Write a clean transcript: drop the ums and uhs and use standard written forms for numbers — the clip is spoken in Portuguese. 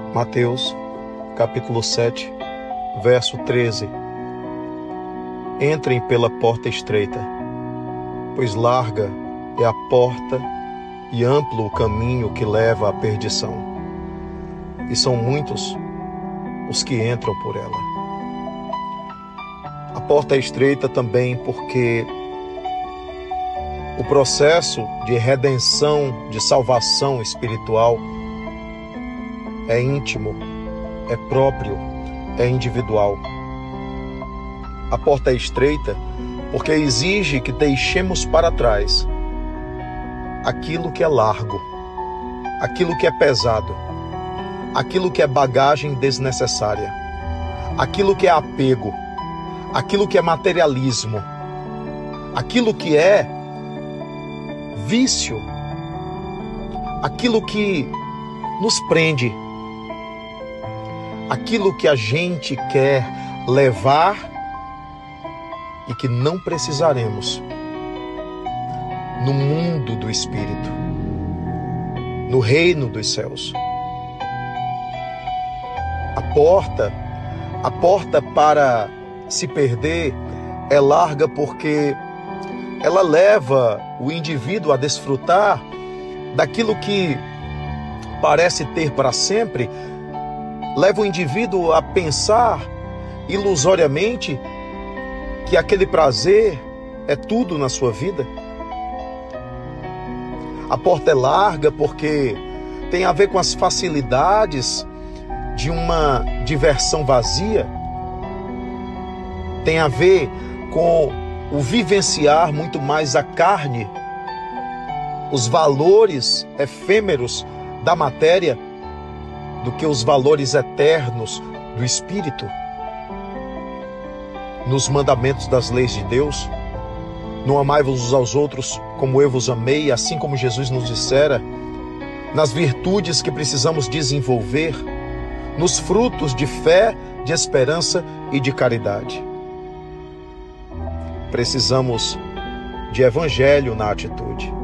Mateus, capítulo 7, verso 13. Entrem pela porta estreita, pois larga é a porta e amplo o caminho que leva à perdição, e são muitos os que entram por ela. A porta é estreita também porque o processo de redenção, de salvação espiritual é íntimo, é próprio, é individual. A porta é estreita porque exige que deixemos para trás aquilo que é largo, aquilo que é pesado, aquilo que é bagagem desnecessária, aquilo que é apego, aquilo que é materialismo, aquilo que é vício, aquilo que nos prende, aquilo que a gente quer levar e que não precisaremos no mundo do Espírito, no reino dos céus. A porta para se perder é larga porque ela leva o indivíduo a desfrutar daquilo que parece ter para sempre, leva o indivíduo a pensar ilusoriamente que aquele prazer é tudo na sua vida. A porta é larga porque tem a ver com as facilidades de uma diversão vazia, tem a ver com o vivenciar muito mais a carne, os valores efêmeros da matéria, do que os valores eternos do Espírito. Nos mandamentos das leis de Deus, não amai-vos uns aos outros como eu vos amei, assim como Jesus nos dissera, nas virtudes que precisamos desenvolver, nos frutos de fé, de esperança e de caridade. Precisamos de evangelho na atitude.